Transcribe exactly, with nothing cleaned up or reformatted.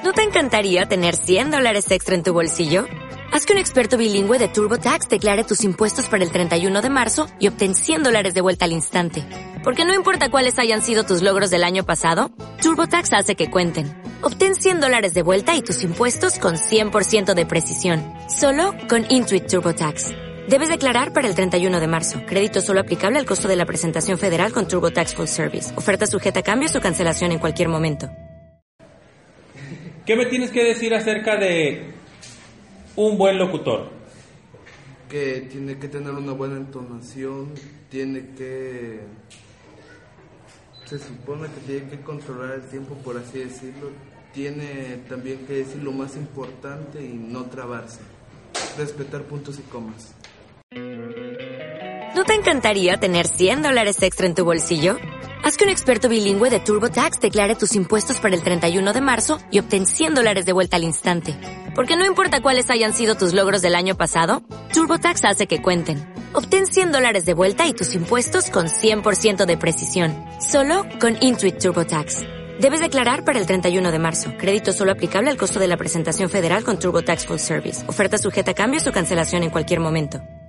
¿No te encantaría tener cien dólares extra en tu bolsillo? Haz que un experto bilingüe de TurboTax declare tus impuestos para el treinta y uno de marzo y obtén cien dólares de vuelta al instante. Porque no importa cuáles hayan sido tus logros del año pasado, TurboTax hace que cuenten. Obtén cien dólares de vuelta y tus impuestos con cien por ciento de precisión. Solo con Intuit TurboTax. Debes declarar para el treinta y uno de marzo. Crédito solo aplicable al costo de la presentación federal con TurboTax Full Service. Oferta sujeta a cambios o cancelación en cualquier momento. ¿Qué me tienes que decir acerca de un buen locutor? Que tiene que tener una buena entonación, tiene que... se supone que tiene que controlar el tiempo, por así decirlo. Tiene también que decir lo más importante y no trabarse. Respetar puntos y comas. ¿No te encantaría tener cien dólares extra en tu bolsillo? Haz que un experto bilingüe de TurboTax declare tus impuestos para el treinta y uno de marzo y obtén cien dólares de vuelta al instante. Porque no importa cuáles hayan sido tus logros del año pasado, TurboTax hace que cuenten. Obtén cien dólares de vuelta y tus impuestos con cien por ciento de precisión. Solo con Intuit TurboTax. Debes declarar para el treinta y uno de marzo. Crédito solo aplicable al costo de la presentación federal con TurboTax Full Service. Oferta sujeta a cambios o cancelación en cualquier momento.